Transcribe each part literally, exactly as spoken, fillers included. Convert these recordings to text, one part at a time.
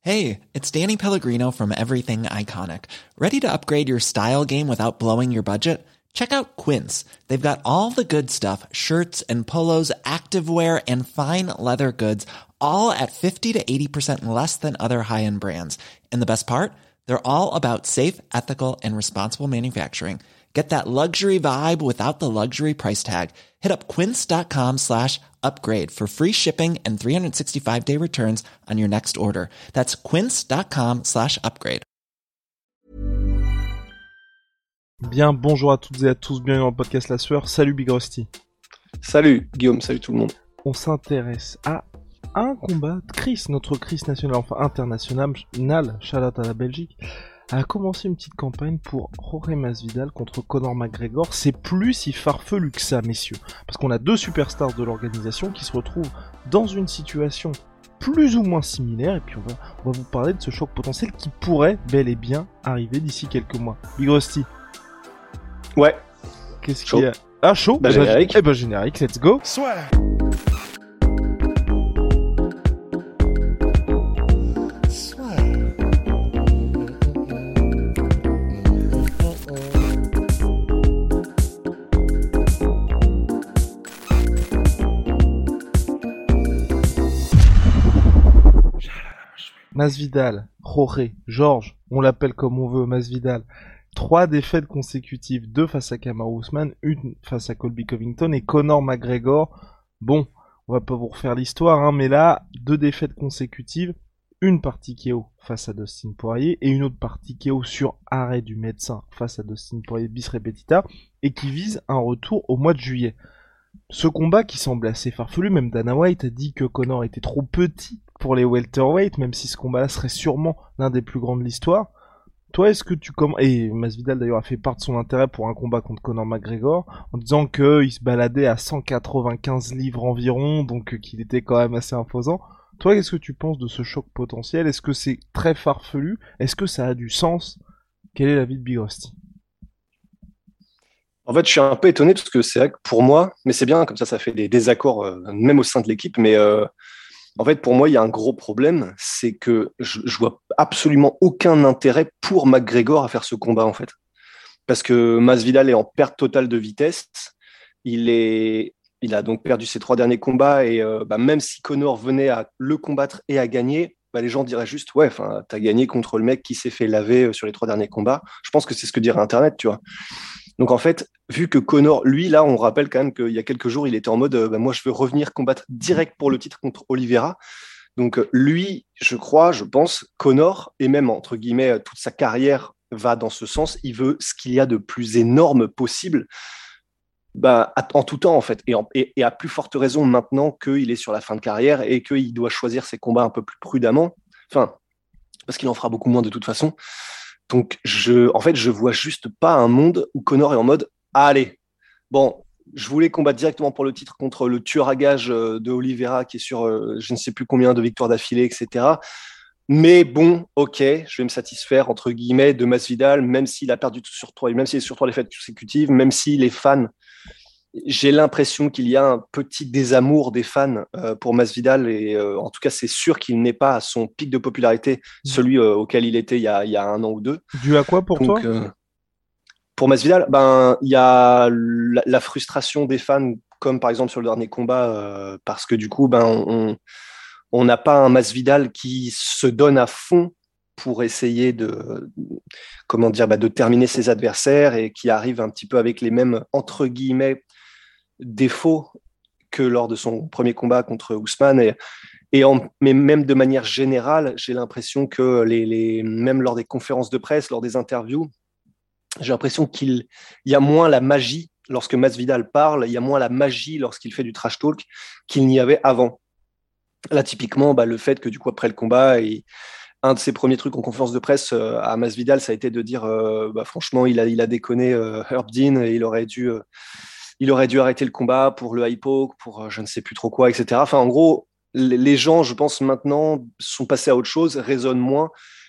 Hey, it's Danny Pellegrino from Everything Iconic. Ready to upgrade your style game without blowing your budget? Check out Quince. They've got all the good stuff, shirts and polos, activewear, and fine leather goods, all at fifty to eighty percent less than other high-end brands. And the best part? They're all about safe, ethical, and responsible manufacturing. Get that luxury vibe without the luxury price tag. Hit up quince.com slash upgrade for free shipping and three sixty-five day returns on your next order. That's quince.com slash upgrade. Bien, bonjour à toutes et à tous, bienvenue dans le podcast La Sueur. Salut Big Rusty. Salut Guillaume, salut tout le monde. On s'intéresse à un combat de Chris, notre Chris national, enfin international, shout-out à la Belgique, a commencé une petite campagne pour Jorge Masvidal contre Conor McGregor. C'est plus si farfelu que ça, messieurs, parce qu'on a deux superstars de l'organisation qui se retrouvent dans une situation plus ou moins similaire, et puis on va, on va vous parler de ce choc potentiel qui pourrait bel et bien arriver d'ici quelques mois. Big Rusty. Ouais. Qu'est-ce qu'il y a? Ah, chaud. Bah, générique. Eh ben, générique, let's go. Soit. Masvidal, Jorge, Georges, on l'appelle comme on veut, Masvidal. Trois défaites consécutives, deux face à Kamaru Usman, une face à Colby Covington et Conor McGregor. Bon, on va pas vous refaire l'histoire, hein, mais là, deux défaites consécutives, une partie K O face à Dustin Poirier et une autre partie K O sur arrêt du médecin face à Dustin Poirier bis repetita et qui vise un retour au mois de juillet. Ce combat qui semble assez farfelu, même Dana White a dit que Conor était trop petit pour les welterweight, même si ce combat-là serait sûrement l'un des plus grands de l'histoire. Toi, est-ce que tu commences... Et Masvidal d'ailleurs a fait part de son intérêt pour un combat contre Conor McGregor, en disant qu'il se baladait à cent quatre-vingt-quinze livres environ, donc qu'il était quand même assez imposant. Toi, qu'est-ce que tu penses de ce choc potentiel? Est-ce que c'est très farfelu? Est-ce que ça a du sens? Quel est l'avis de Big Rusty? En fait, je suis un peu étonné parce que c'est vrai que pour moi, mais c'est bien, comme ça, ça fait des désaccords, euh, même au sein de l'équipe, mais euh, en fait, pour moi, il y a un gros problème, c'est que je, je vois absolument aucun intérêt pour McGregor à faire ce combat, en fait. Parce que Masvidal est en perte totale de vitesse, il, est, il a donc perdu ses trois derniers combats, et euh, bah, même si Conor venait à le combattre et à gagner, bah, les gens diraient juste, ouais, t'as gagné contre le mec qui s'est fait laver sur les trois derniers combats. Je pense que c'est ce que dirait Internet, tu vois. Donc en fait, vu que Conor, lui, là, on rappelle quand même qu'il y a quelques jours, il était en mode, euh, bah, moi, je veux revenir combattre direct pour le titre contre Oliveira. Donc euh, lui, je crois, je pense, Conor, et même, entre guillemets, toute sa carrière va dans ce sens, il veut ce qu'il y a de plus énorme possible, bah, en tout temps, en fait, et, en, et, et à plus forte raison maintenant qu'il est sur la fin de carrière et qu'il doit choisir ses combats un peu plus prudemment, enfin, parce qu'il en fera beaucoup moins de toute façon. Donc, je, en fait, je vois juste pas un monde où Conor est en mode ah, allez, bon, je voulais combattre directement pour le titre contre le tueur à gages de Oliveira qui est sur euh, je ne sais plus combien de victoires d'affilée, et cetera. Mais bon, ok, je vais me satisfaire entre guillemets de Masvidal, même s'il a perdu sur trois, même s'il est sur trois défaites consécutives, même si les fans, j'ai l'impression qu'il y a un petit désamour des fans euh, pour Masvidal et euh, en tout cas c'est sûr qu'il n'est pas à son pic de popularité, celui euh, auquel il était il y, a, il y a un an ou deux. Dû à quoi pour Donc, toi euh, pour Masvidal, ben il y a la, la frustration des fans, comme par exemple sur le dernier combat, euh, parce que du coup ben on on n'a pas un Masvidal qui se donne à fond pour essayer de comment dire bah, de terminer ses adversaires et qui arrive un petit peu avec les mêmes entre guillemets défaut que lors de son premier combat contre Usman et, et en, mais même de manière générale, j'ai l'impression que les, les, même lors des conférences de presse, lors des interviews, j'ai l'impression qu'il y a moins la magie lorsque Masvidal parle, il y a moins la magie lorsqu'il fait du trash talk qu'il n'y avait avant. Là, typiquement, bah, le fait que du coup après le combat, il, un de ses premiers trucs en conférence de presse euh, à Masvidal, ça a été de dire euh, bah, franchement, il a, il a déconné euh, Herb Dean et il aurait dû... Euh, il aurait dû arrêter le combat pour le high poke, pour je ne sais plus trop quoi, et cetera. Enfin, en gros, les gens, je pense, maintenant, sont passés à autre chose, raisonnent moins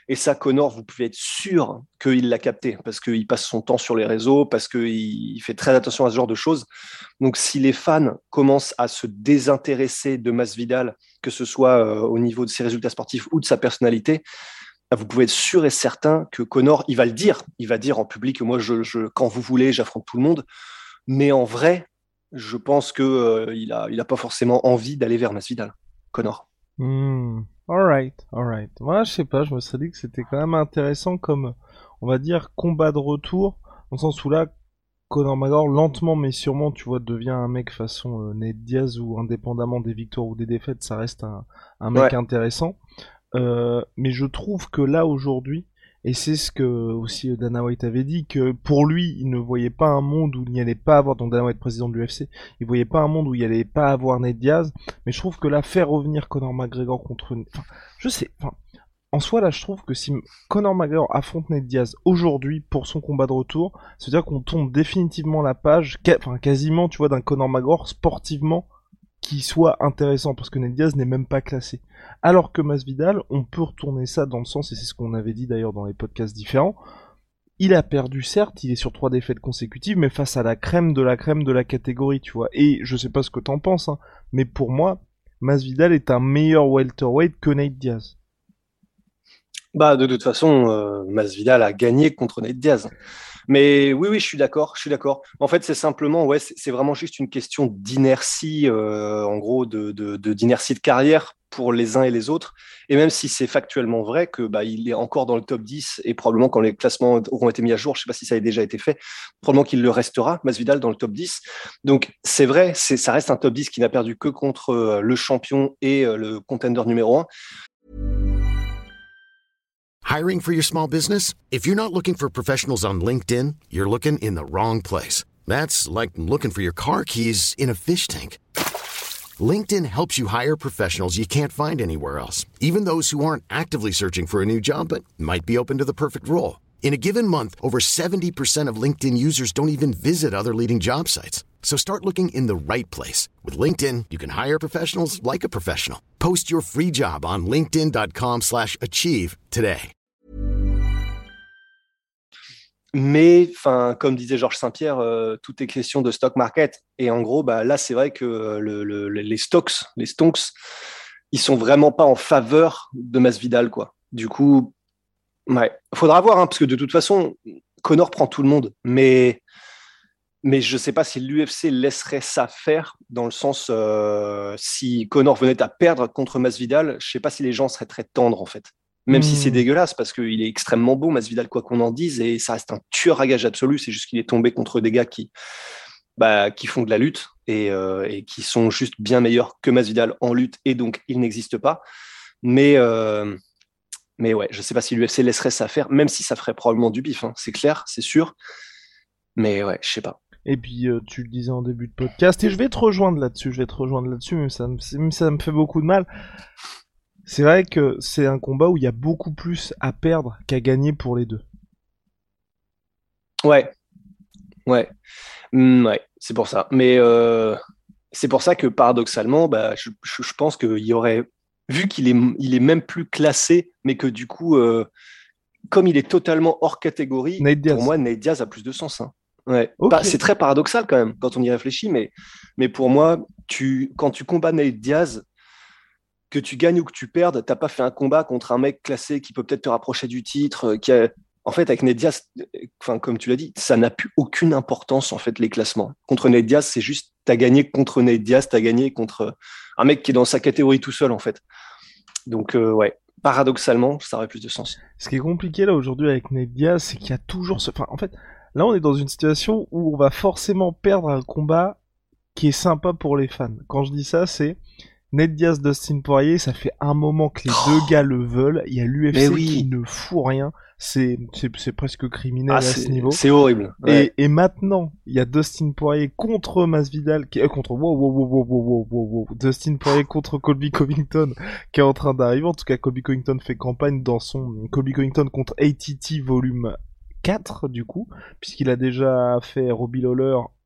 Et ça, Conor, vous pouvez être sûr qu'il l'a capté, parce qu'il passe son temps sur les réseaux, parce qu'il fait très attention à ce genre de choses. Donc, si les fans commencent à se désintéresser de Masvidal, que ce soit euh, au niveau de ses résultats sportifs ou de sa personnalité, vous pouvez être sûr et certain que Conor, il va le dire. Il va dire en public que moi, je, je, quand vous voulez, j'affronte tout le monde. Mais en vrai, je pense qu'il euh, n'a il a pas forcément envie d'aller vers Masvidal, Conor. Hmm. Alright, alright. Moi, je sais pas, je me serais dit que c'était quand même intéressant comme, on va dire, combat de retour, dans le sens où là, Conor McGregor, lentement mais sûrement, tu vois, devient un mec façon euh, Nate Diaz, où indépendamment des victoires ou des défaites, ça reste un, un mec Ouais. intéressant. Euh, mais je trouve que là, aujourd'hui, et c'est ce que aussi Dana White avait dit, que pour lui, il ne voyait pas un monde où il n'y allait pas avoir, donc Dana White, président de l'U F C, il voyait pas un monde où il n'y allait pas avoir Nate Diaz, mais je trouve que là, faire revenir Conor McGregor contre... Enfin, je sais, enfin, en soi, là, je trouve que si Conor McGregor affronte Nate Diaz aujourd'hui pour son combat de retour, c'est-à-dire qu'on tourne définitivement la page, enfin, quasiment, tu vois, d'un Conor McGregor sportivement qui soit intéressant, parce que Nate Diaz n'est même pas classé. Alors que Masvidal, on peut retourner ça dans le sens, et c'est ce qu'on avait dit d'ailleurs dans les podcasts différents, il a perdu certes, il est sur trois défaites consécutives, mais face à la crème de la crème de la catégorie, tu vois. Et je sais pas ce que t'en penses, hein, mais pour moi, Masvidal est un meilleur welterweight que Nate Diaz. Bah, de toute façon, euh, Masvidal a gagné contre Nate Diaz. Mais oui, oui, je suis d'accord, je suis d'accord. En fait, c'est simplement, ouais, c'est, c'est vraiment juste une question d'inertie, euh, en gros, de, de, de, d'inertie de carrière pour les uns et les autres. Et même si c'est factuellement vrai que bah, il est encore dans le top dix et probablement quand les classements auront été mis à jour, je sais pas si ça a déjà été fait, probablement qu'il le restera, Masvidal, dans le top dix. Donc, c'est vrai, c'est, ça reste un top dix qui n'a perdu que contre euh, le champion et euh, le contender numéro un. Hiring for your small business? If you're not looking for professionals on LinkedIn, you're looking in the wrong place. That's like looking for your car keys in a fish tank. LinkedIn helps you hire professionals you can't find anywhere else, even those who aren't actively searching for a new job but might be open to the perfect role. In a given month, over seventy percent of LinkedIn users don't even visit other leading job sites. So start looking in the right place. With LinkedIn, you can hire professionals like a professional. Post your free job on linkedin dot com slash achieve today. Mais, enfin, comme disait Georges Saint-Pierre, euh, tout est question de stock market. Et en gros, bah, là, c'est vrai que euh, le, le, les stocks, les stonks, ils sont vraiment pas en faveur de Masvidal, quoi. Du coup, ouais, faudra voir, hein, parce que de toute façon, Conor prend tout le monde. Mais, mais je sais pas si l'U F C laisserait ça faire, dans le sens, euh, si Conor venait à perdre contre Masvidal, je sais pas si les gens seraient très tendres, en fait. Même mmh. si c'est dégueulasse, parce qu'il est extrêmement beau, Masvidal, quoi qu'on en dise, et ça reste un tueur à gage absolu. C'est juste qu'il est tombé contre des gars qui, bah, qui font de la lutte et, euh, et qui sont juste bien meilleurs que Masvidal en lutte, et donc il n'existe pas. Mais, euh, mais ouais, je sais pas si l'U F C laisserait ça faire, même si ça ferait probablement du bif, hein. C'est clair, c'est sûr. Mais ouais, je sais pas. Et puis euh, tu le disais en début de podcast, et je vais te rejoindre là-dessus, je vais te rejoindre là-dessus, même ça, même ça me fait beaucoup de mal. C'est vrai que c'est un combat où il y a beaucoup plus à perdre qu'à gagner pour les deux. Ouais, ouais, mmh, ouais, c'est pour ça. Mais euh, c'est pour ça que paradoxalement, bah, je, je, je pense qu'il y aurait, vu qu'il est, il est même plus classé, mais que du coup, euh, comme il est totalement hors catégorie, pour moi, Nate Diaz a plus de sens. Hein. Ouais. Okay. Bah, c'est très paradoxal quand même quand on y réfléchit, mais, mais pour moi, tu, quand tu combats Nate Diaz, que tu gagnes ou que tu perdes, t'as pas fait un combat contre un mec classé qui peut peut-être te rapprocher du titre, qui a... En fait, avec Nate Diaz, enfin, comme tu l'as dit, ça n'a plus aucune importance, en fait, les classements. Contre Nate Diaz, c'est juste, t'as gagné contre Nate Diaz, t'as gagné contre un mec qui est dans sa catégorie tout seul, en fait. Donc, euh, ouais, paradoxalement, ça aurait plus de sens. Ce qui est compliqué, là, aujourd'hui, avec Nate Diaz, c'est qu'il y a toujours ce... Enfin, en fait, là, on est dans une situation où on va forcément perdre un combat qui est sympa pour les fans. Quand je dis ça, c'est... Nate Diaz, Dustin Poirier, ça fait un moment que les oh. deux gars le veulent. Il y a l'U F C oui. qui ne fout rien. C'est, c'est, c'est presque criminel ah, à ce niveau. C'est horrible. Ouais. Et, et maintenant, il y a Dustin Poirier contre Masvidal, qui est euh, contre wow, wow, wow, wow, wow, wow, wow. Dustin Poirier contre Colby Covington, qui est en train d'arriver. En tout cas, Colby Covington fait campagne dans son Colby Covington contre A T T volume quatre, du coup, puisqu'il a déjà fait Robbie Lawler,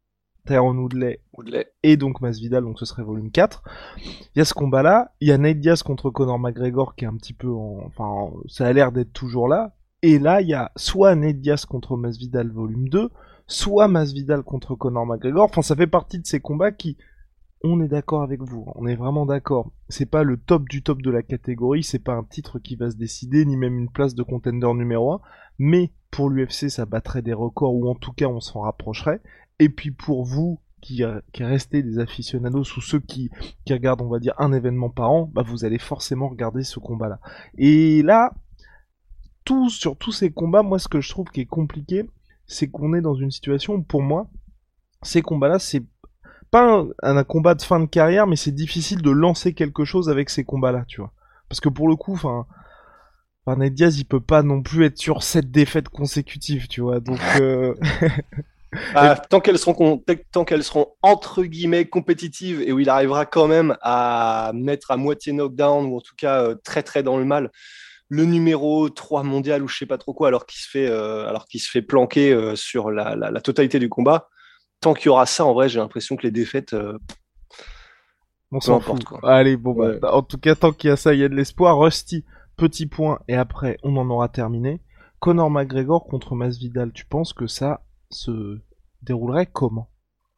Tyron Woodley, Woodley. et donc Masvidal, donc ce serait volume quatre. Il y a ce combat-là, il y a Nate Diaz contre Conor McGregor qui est un petit peu en... Enfin, ça a l'air d'être toujours là. Et là, il y a soit Nate Diaz contre Masvidal volume deux, soit Masvidal contre Conor McGregor. Enfin, ça fait partie de ces combats qui... On est d'accord avec vous, on est vraiment d'accord. C'est pas le top du top de la catégorie, c'est pas un titre qui va se décider, ni même une place de contender numéro un, mais pour l'U F C, ça battrait des records, ou en tout cas, on s'en rapprocherait. Et puis pour vous, qui, qui restez des aficionados, ou ceux qui, qui regardent, on va dire, un événement par an, bah vous allez forcément regarder ce combat-là. Et là, tout, sur tous ces combats, moi, ce que je trouve qui est compliqué, c'est qu'on est dans une situation où, pour moi, ces combats-là, c'est pas un, un combat de fin de carrière, mais c'est difficile de lancer quelque chose avec ces combats-là, tu vois. Parce que pour le coup, enfin, Nate Diaz, il peut pas non plus être sur sept défaites consécutives, tu vois. Donc, euh... ah, tant qu'elles seront, tant qu'elles seront entre guillemets compétitives et où il arrivera quand même à mettre à moitié knockdown ou en tout cas euh, très très dans le mal le numéro trois mondial ou je sais pas trop quoi, alors qu'il se fait, euh, alors qu'il se fait planquer euh, sur la, la, la totalité du combat. Tant qu'il y aura ça, en vrai, j'ai l'impression que les défaites, euh, on s'en fout. Quoi. Allez, bon, ouais. bah, en tout cas, tant qu'il y a ça, il y a de l'espoir. Rusty, petit point, et après, on en aura terminé. Conor McGregor contre Masvidal, tu penses que ça se déroulerait comment ?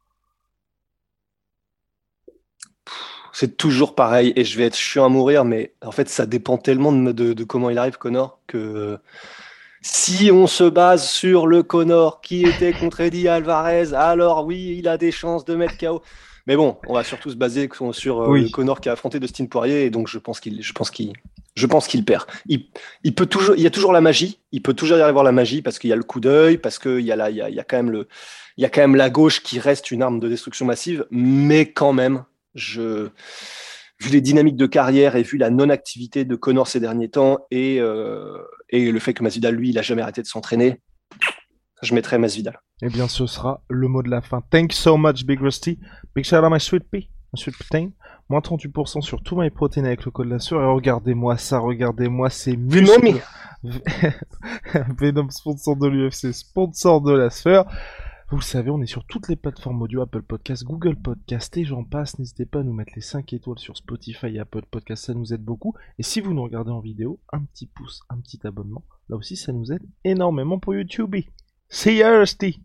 C'est toujours pareil, et je vais être chiant à mourir, mais en fait, ça dépend tellement de, de, de comment il arrive, Conor, que... Si on se base sur le Conor qui était contre Eddie Alvarez, alors oui, il a des chances de mettre K O. Mais bon, on va surtout se baser sur euh, oui. le Conor qui a affronté Dustin Poirier, et donc je pense qu'il, je pense qu'il, je pense qu'il perd. Il, il peut toujours, il y a toujours la magie. Il peut toujours y avoir la magie parce qu'il y a le coup d'œil, parce qu'il y a là, il y a, il y a quand même le, il y a quand même la gauche qui reste une arme de destruction massive, mais quand même, je. Vu les dynamiques de carrière et vu la non-activité de Conor ces derniers temps et, euh, et le fait que Masvidal, lui, il n'a jamais arrêté de s'entraîner, je mettrais Masvidal. Eh bien, ce sera le mot de la fin. Thank you so much, Big Rusty. Big shout out my sweet pea, my sweet protein. Moins trente-huit pour cent sur tout my protein avec le code de la sueur. Et regardez-moi ça, regardez-moi ces muscles. Venom, sponsor de l'U F C, sponsor de la sueur. Vous le savez, on est sur toutes les plateformes audio, Apple Podcast, Google Podcast et j'en passe. N'hésitez pas à nous mettre les cinq étoiles sur Spotify et Apple Podcast, ça nous aide beaucoup. Et si vous nous regardez en vidéo, un petit pouce, un petit abonnement, là aussi ça nous aide énormément pour YouTube. See ya, Rusty!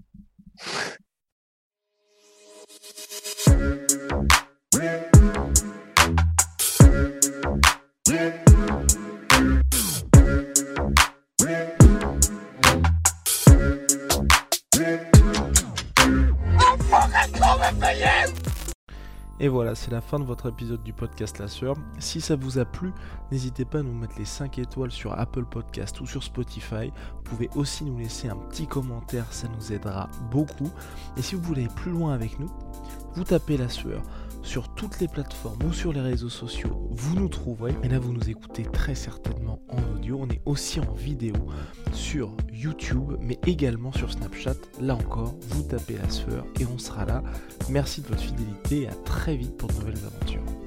Et voilà, c'est la fin de votre épisode du podcast La Sueur. Si ça vous a plu, n'hésitez pas à nous mettre les cinq étoiles sur Apple Podcast ou sur Spotify. Vous pouvez aussi nous laisser un petit commentaire, ça nous aidera beaucoup. Et si vous voulez aller plus loin avec nous, vous tapez La Sueur sur toutes les plateformes ou sur les réseaux sociaux, vous nous trouverez. Et là, vous nous écoutez très certainement en audio. On est aussi en vidéo sur YouTube, mais également sur Snapchat. Là encore, vous tapez La Sueur et on sera là. Merci de votre fidélité et à très vite pour de nouvelles aventures.